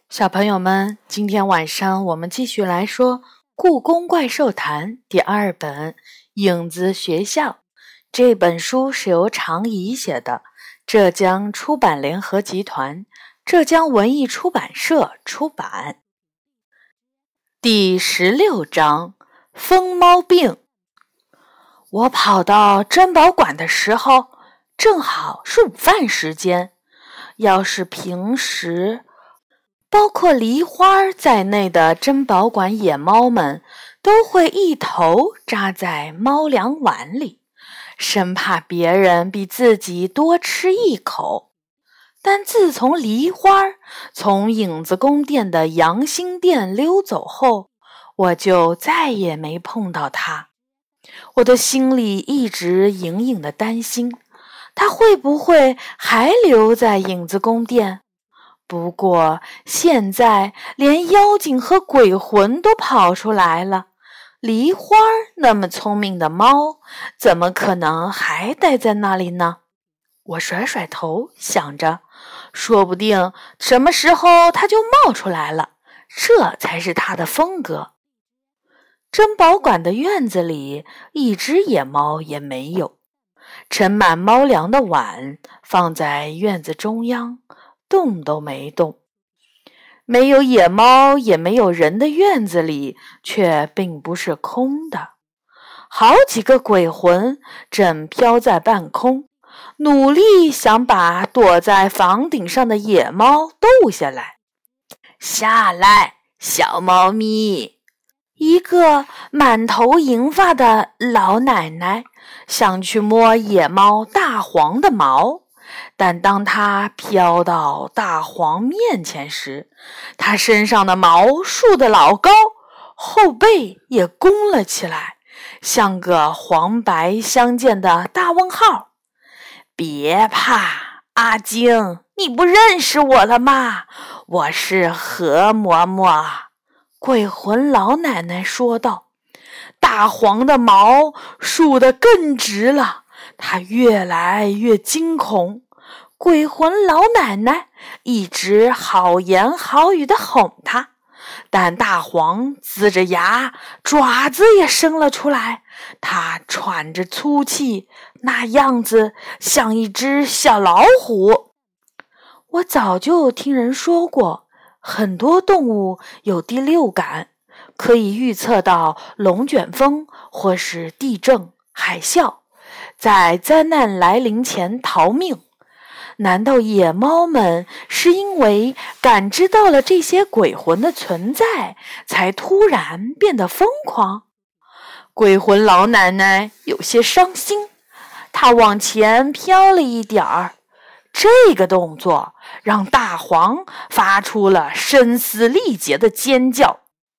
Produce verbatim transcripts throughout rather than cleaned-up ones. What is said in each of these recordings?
小朋友们，今天晚上我们继续来说《故宫怪兽谈》第二本《影子学校》。这本书是由常怡写的，浙江出版联合集团、浙江文艺出版社出版。第十六章：疯猫病。我跑到珍宝馆的时候，正好是午饭时间。要是平时，包括梨花在内的珍宝馆野猫们都会一头扎在猫粮碗里，生怕别人比自己多吃一口。但自从梨花从影子宫殿的阳星殿溜走后，我就再也没碰到它。我的心里一直隐隐地担心，它会不会还留在影子宫殿？不过现在连妖精和鬼魂都跑出来了，梨花那么聪明的猫，怎么可能还待在那里呢？我甩甩头，想着，说不定什么时候它就冒出来了，这才是它的风格。珍宝馆的院子里一只野猫也没有，盛满猫粮的碗放在院子中央，动都没动。没有野猫也没有人的院子里却并不是空的，好几个鬼魂正飘在半空，努力想把躲在房顶上的野猫逗下来。下来，小猫咪！一个满头银发的老奶奶想去摸野猫大黄的毛，但当它飘到大黄面前时，它身上的毛竖得老高，后背也弓了起来，像个黄白相间的大问号。别怕，阿晶，你不认识我了吗？我是何嬷嬷。鬼魂老奶奶说道。大黄的毛竖得更直了，它越来越惊恐。鬼魂老奶奶一直好言好语地哄它，但大黄呲着牙，爪子也伸了出来，它喘着粗气，那样子像一只小老虎。我早就听人说过，很多动物有第六感，可以预测到龙卷风或是地震、海啸，在灾难来临前逃命。难道野猫们是因为感知到了这些鬼魂的存在，才突然变得疯狂？鬼魂老奶奶有些伤心，她往前飘了一点儿。这个动作让大黄发出了声嘶力竭的尖叫。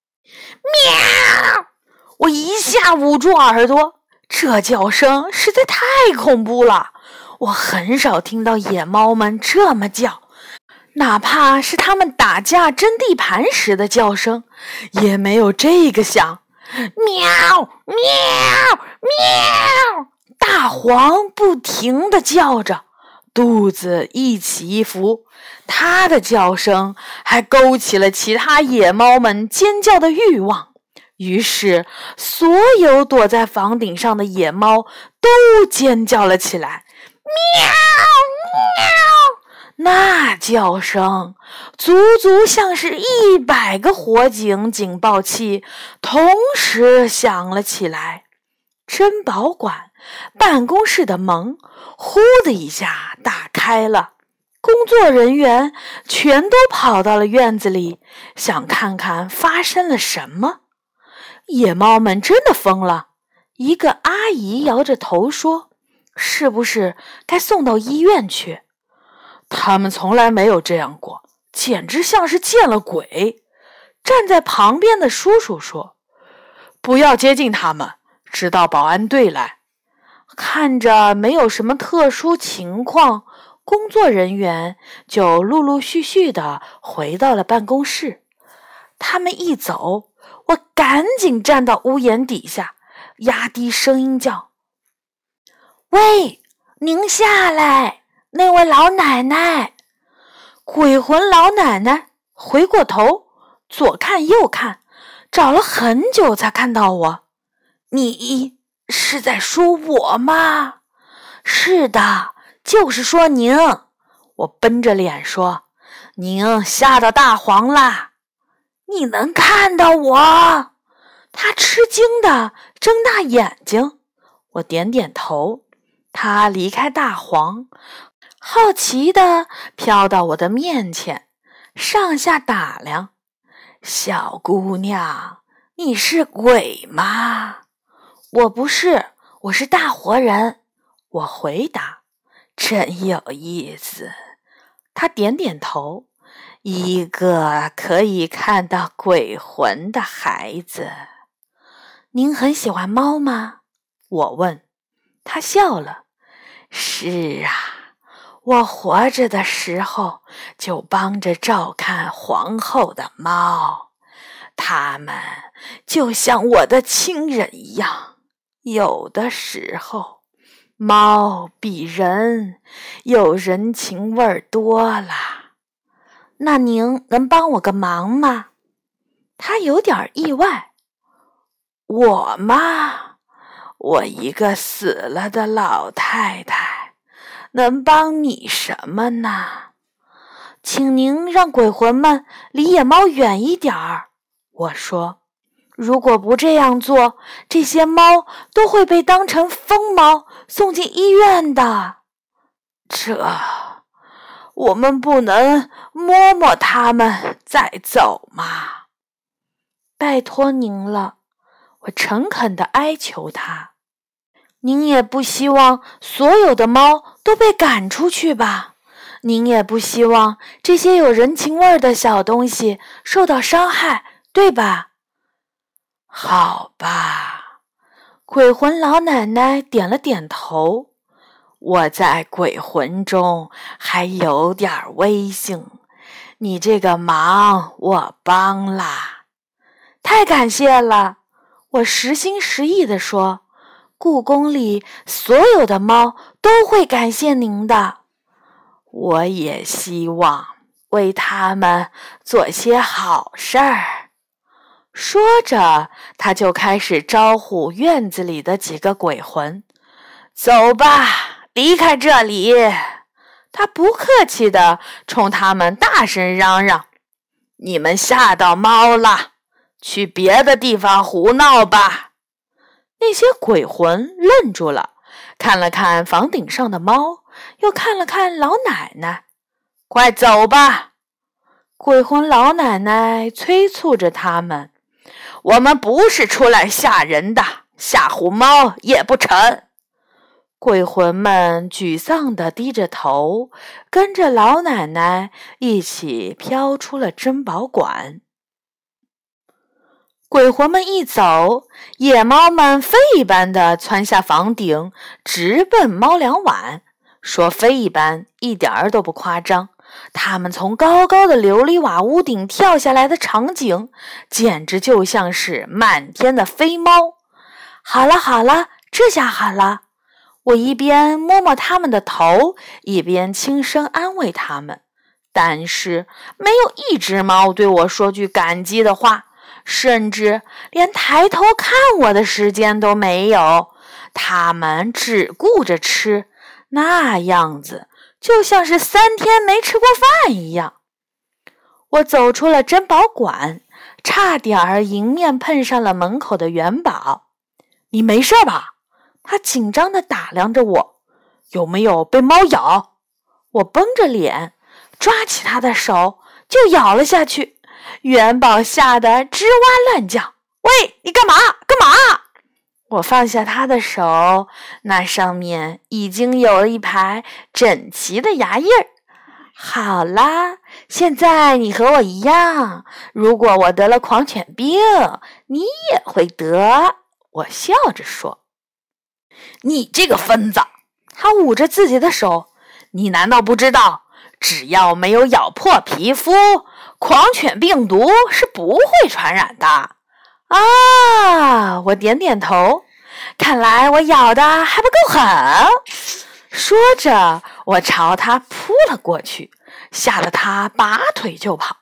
喵！我一下捂住耳朵，这叫声实在太恐怖了。我很少听到野猫们这么叫，哪怕是它们打架争地盘时的叫声，也没有这个响。喵！喵！喵！大黄不停地叫着，肚子一起一伏，它的叫声还勾起了其他野猫们尖叫的欲望。于是，所有躲在房顶上的野猫都尖叫了起来。喵喵！那叫声足足像是一百个火警警报器同时响了起来。珍宝馆办公室的门呼的一下打开了，工作人员全都跑到了院子里，想看看发生了什么。野猫们真的疯了，一个阿姨摇着头说，是不是该送到医院去？他们从来没有这样过，简直像是见了鬼。站在旁边的叔叔说，不要接近他们，直到保安队来。看着没有什么特殊情况，工作人员就陆陆续续地回到了办公室。他们一走，我赶紧站到屋檐底下，压低声音叫，喂，您下来，那位老奶奶。鬼魂老奶奶回过头，左看右看，找了很久才看到我。你是在说我吗？是的，就是说您。我绷着脸说，您吓到大黄啦。你能看到我？他吃惊地睁大眼睛。我点点头。他离开大黄，好奇地飘到我的面前，上下打量。小姑娘，你是鬼吗？我不是，我是大活人。我回答。真有意思。他点点头。一个可以看到鬼魂的孩子。您很喜欢猫吗？我问。他笑了。是啊，我活着的时候就帮着照看皇后的猫，它们就像我的亲人一样。有的时候，猫比人有人情味儿多了。那您能帮我个忙吗？他有点意外。我吗？我一个死了的老太太，能帮你什么呢？请您让鬼魂们离野猫远一点儿。我说，如果不这样做，这些猫都会被当成疯猫送进医院的。这，我们不能摸摸它们再走吗？拜托您了。我诚恳地哀求他。您也不希望所有的猫都被赶出去吧？您也不希望这些有人情味的小东西受到伤害，对吧？好吧。鬼魂老奶奶点了点头。我在鬼魂中还有点威信，你这个忙我帮啦。太感谢了。我实心实意地说，故宫里所有的猫都会感谢您的。我也希望为他们做些好事儿。说着，他就开始招呼院子里的几个鬼魂。走吧，离开这里。他不客气地冲他们大声嚷嚷，你们吓到猫了，去别的地方胡闹吧。那些鬼魂愣住了，看了看房顶上的猫，又看了看老奶奶。快走吧。鬼魂老奶奶催促着他们，我们不是出来吓人的，吓唬猫也不成。鬼魂们沮丧地低着头，跟着老奶奶一起飘出了珍宝馆。鬼魂们一走，野猫们飞一般地窜下房顶，直奔猫粮碗。说飞一般一点儿都不夸张，它们从高高的琉璃瓦屋顶跳下来的场景，简直就像是满天的飞猫。好了好了，这下好了。我一边摸摸它们的头，一边轻声安慰它们。但是没有一只猫对我说句感激的话，甚至连抬头看我的时间都没有。它们只顾着吃，那样子就像是三天没吃过饭一样。我走出了珍宝馆，差点儿迎面碰上了门口的元宝。你没事吧？他紧张地打量着我，有没有被猫咬？我绷着脸，抓起他的手就咬了下去。元宝吓得吱哇乱叫，喂，你干嘛干嘛？我放下他的手，那上面已经有了一排整齐的牙印儿。好啦，现在你和我一样，如果我得了狂犬病，你也会得。我笑着说。你这个疯子！他捂着自己的手，你难道不知道，只要没有咬破皮肤，狂犬病毒是不会传染的。啊，我点点头，看来我咬的还不够狠。说着，我朝他扑了过去，吓得他拔腿就跑，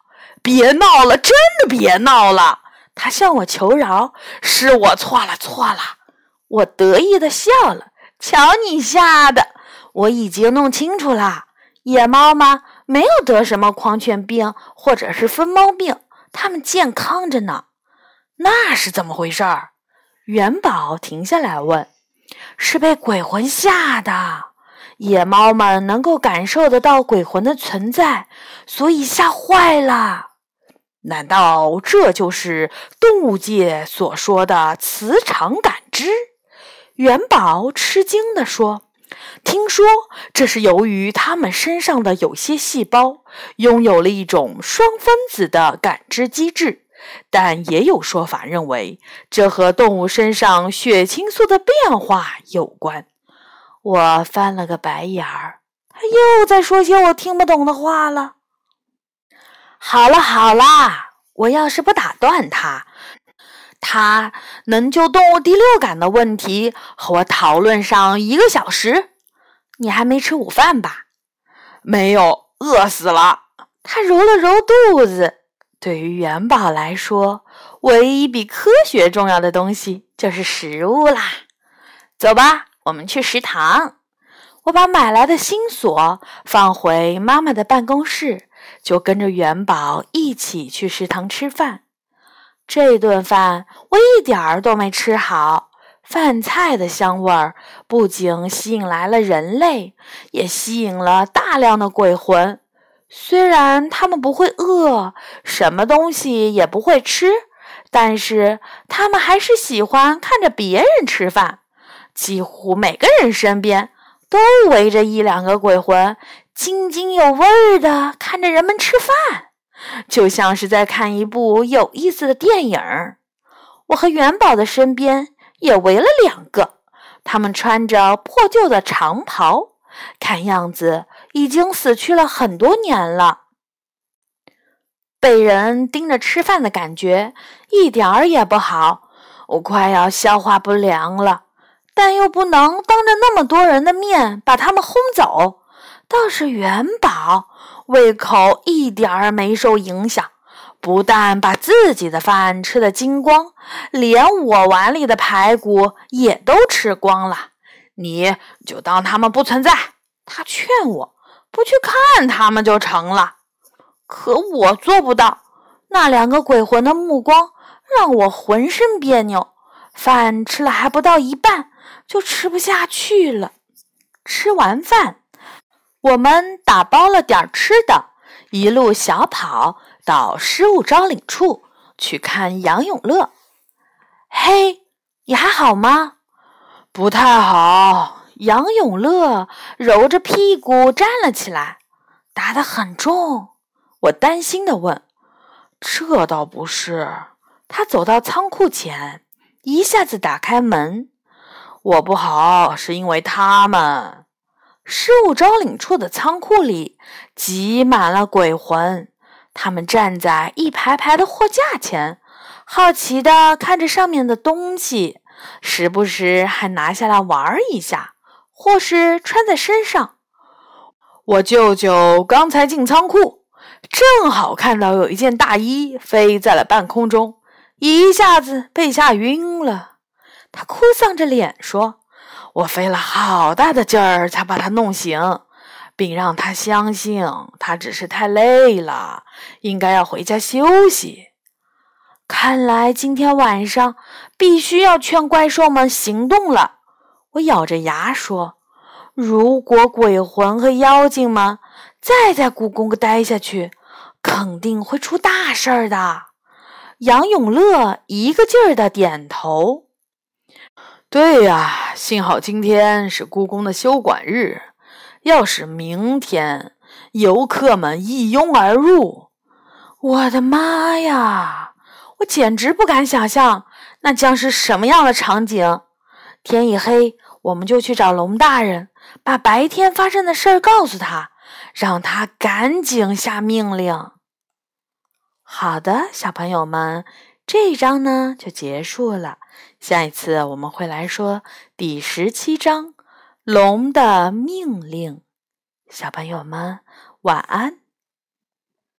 别闹了，真的别闹了！他向我求饶，是我错了，错了。我得意地笑了，瞧你吓的！我已经弄清楚了，野猫们没有得什么狂犬病或者是疯猫病，它们健康着呢。那是怎么回事儿？元宝停下来问。是被鬼魂吓的。野猫们能够感受得到鬼魂的存在，所以吓坏了。难道这就是动物界所说的磁场感知？元宝吃惊地说，听说这是由于它们身上的有些细胞拥有了一种双分子的感知机制，但也有说法认为这和动物身上血清素的变化有关。我翻了个白眼儿，他又在说些我听不懂的话了。好了好啦，我要是不打断他，他能就动物第六感的问题和我讨论上一个小时。你还没吃午饭吧？没有，饿死了。他揉了揉肚子。对于元宝来说，唯一比科学重要的东西就是食物啦。走吧，我们去食堂。我把买来的新锁放回妈妈的办公室，就跟着元宝一起去食堂吃饭。这顿饭我一点儿都没吃好，饭菜的香味儿不仅吸引来了人类，也吸引了大量的鬼魂。虽然他们不会饿，什么东西也不会吃，但是他们还是喜欢看着别人吃饭。几乎每个人身边都围着一两个鬼魂，津津有味儿地看着人们吃饭，就像是在看一部有意思的电影。我和元宝的身边也围了两个，他们穿着破旧的长袍，看样子已经死去了很多年了。被人盯着吃饭的感觉一点儿也不好，我快要消化不良了，但又不能当着那么多人的面把他们轰走。倒是元宝胃口一点儿没受影响，不但把自己的饭吃得精光，连我碗里的排骨也都吃光了。你就当他们不存在，他劝我不去看他们就成了。可我做不到，那两个鬼魂的目光让我浑身别扭，饭吃了还不到一半就吃不下去了。吃完饭，我们打包了点吃的，一路小跑到失物招领处去看杨永乐。嘿，你还好吗？不太好。杨永乐揉着屁股站了起来，打得很重。我担心地问，这倒不是。他走到仓库前，一下子打开门。我不好是因为他们。失物招领处的仓库里挤满了鬼魂，他们站在一排排的货架前，好奇地看着上面的东西，时不时还拿下来玩一下，或是穿在身上。我舅舅刚才进仓库，正好看到有一件大衣飞在了半空中，一下子被吓晕了。他哭丧着脸说，我费了好大的劲儿才把他弄醒，并让他相信他只是太累了，应该要回家休息。看来今天晚上必须要劝怪兽们行动了。我咬着牙说，如果鬼魂和妖精们再在故宫待下去，肯定会出大事儿的。杨永乐一个劲儿地点头。对呀，幸好今天是故宫的休馆日，要是明天游客们一拥而入，我的妈呀，我简直不敢想象那将是什么样的场景。天一黑，我们就去找龙大人，把白天发生的事儿告诉他，让他赶紧下命令。好的，小朋友们，这一章呢就结束了。下一次我们会来说第十七章龙的命令。小朋友们，晚安。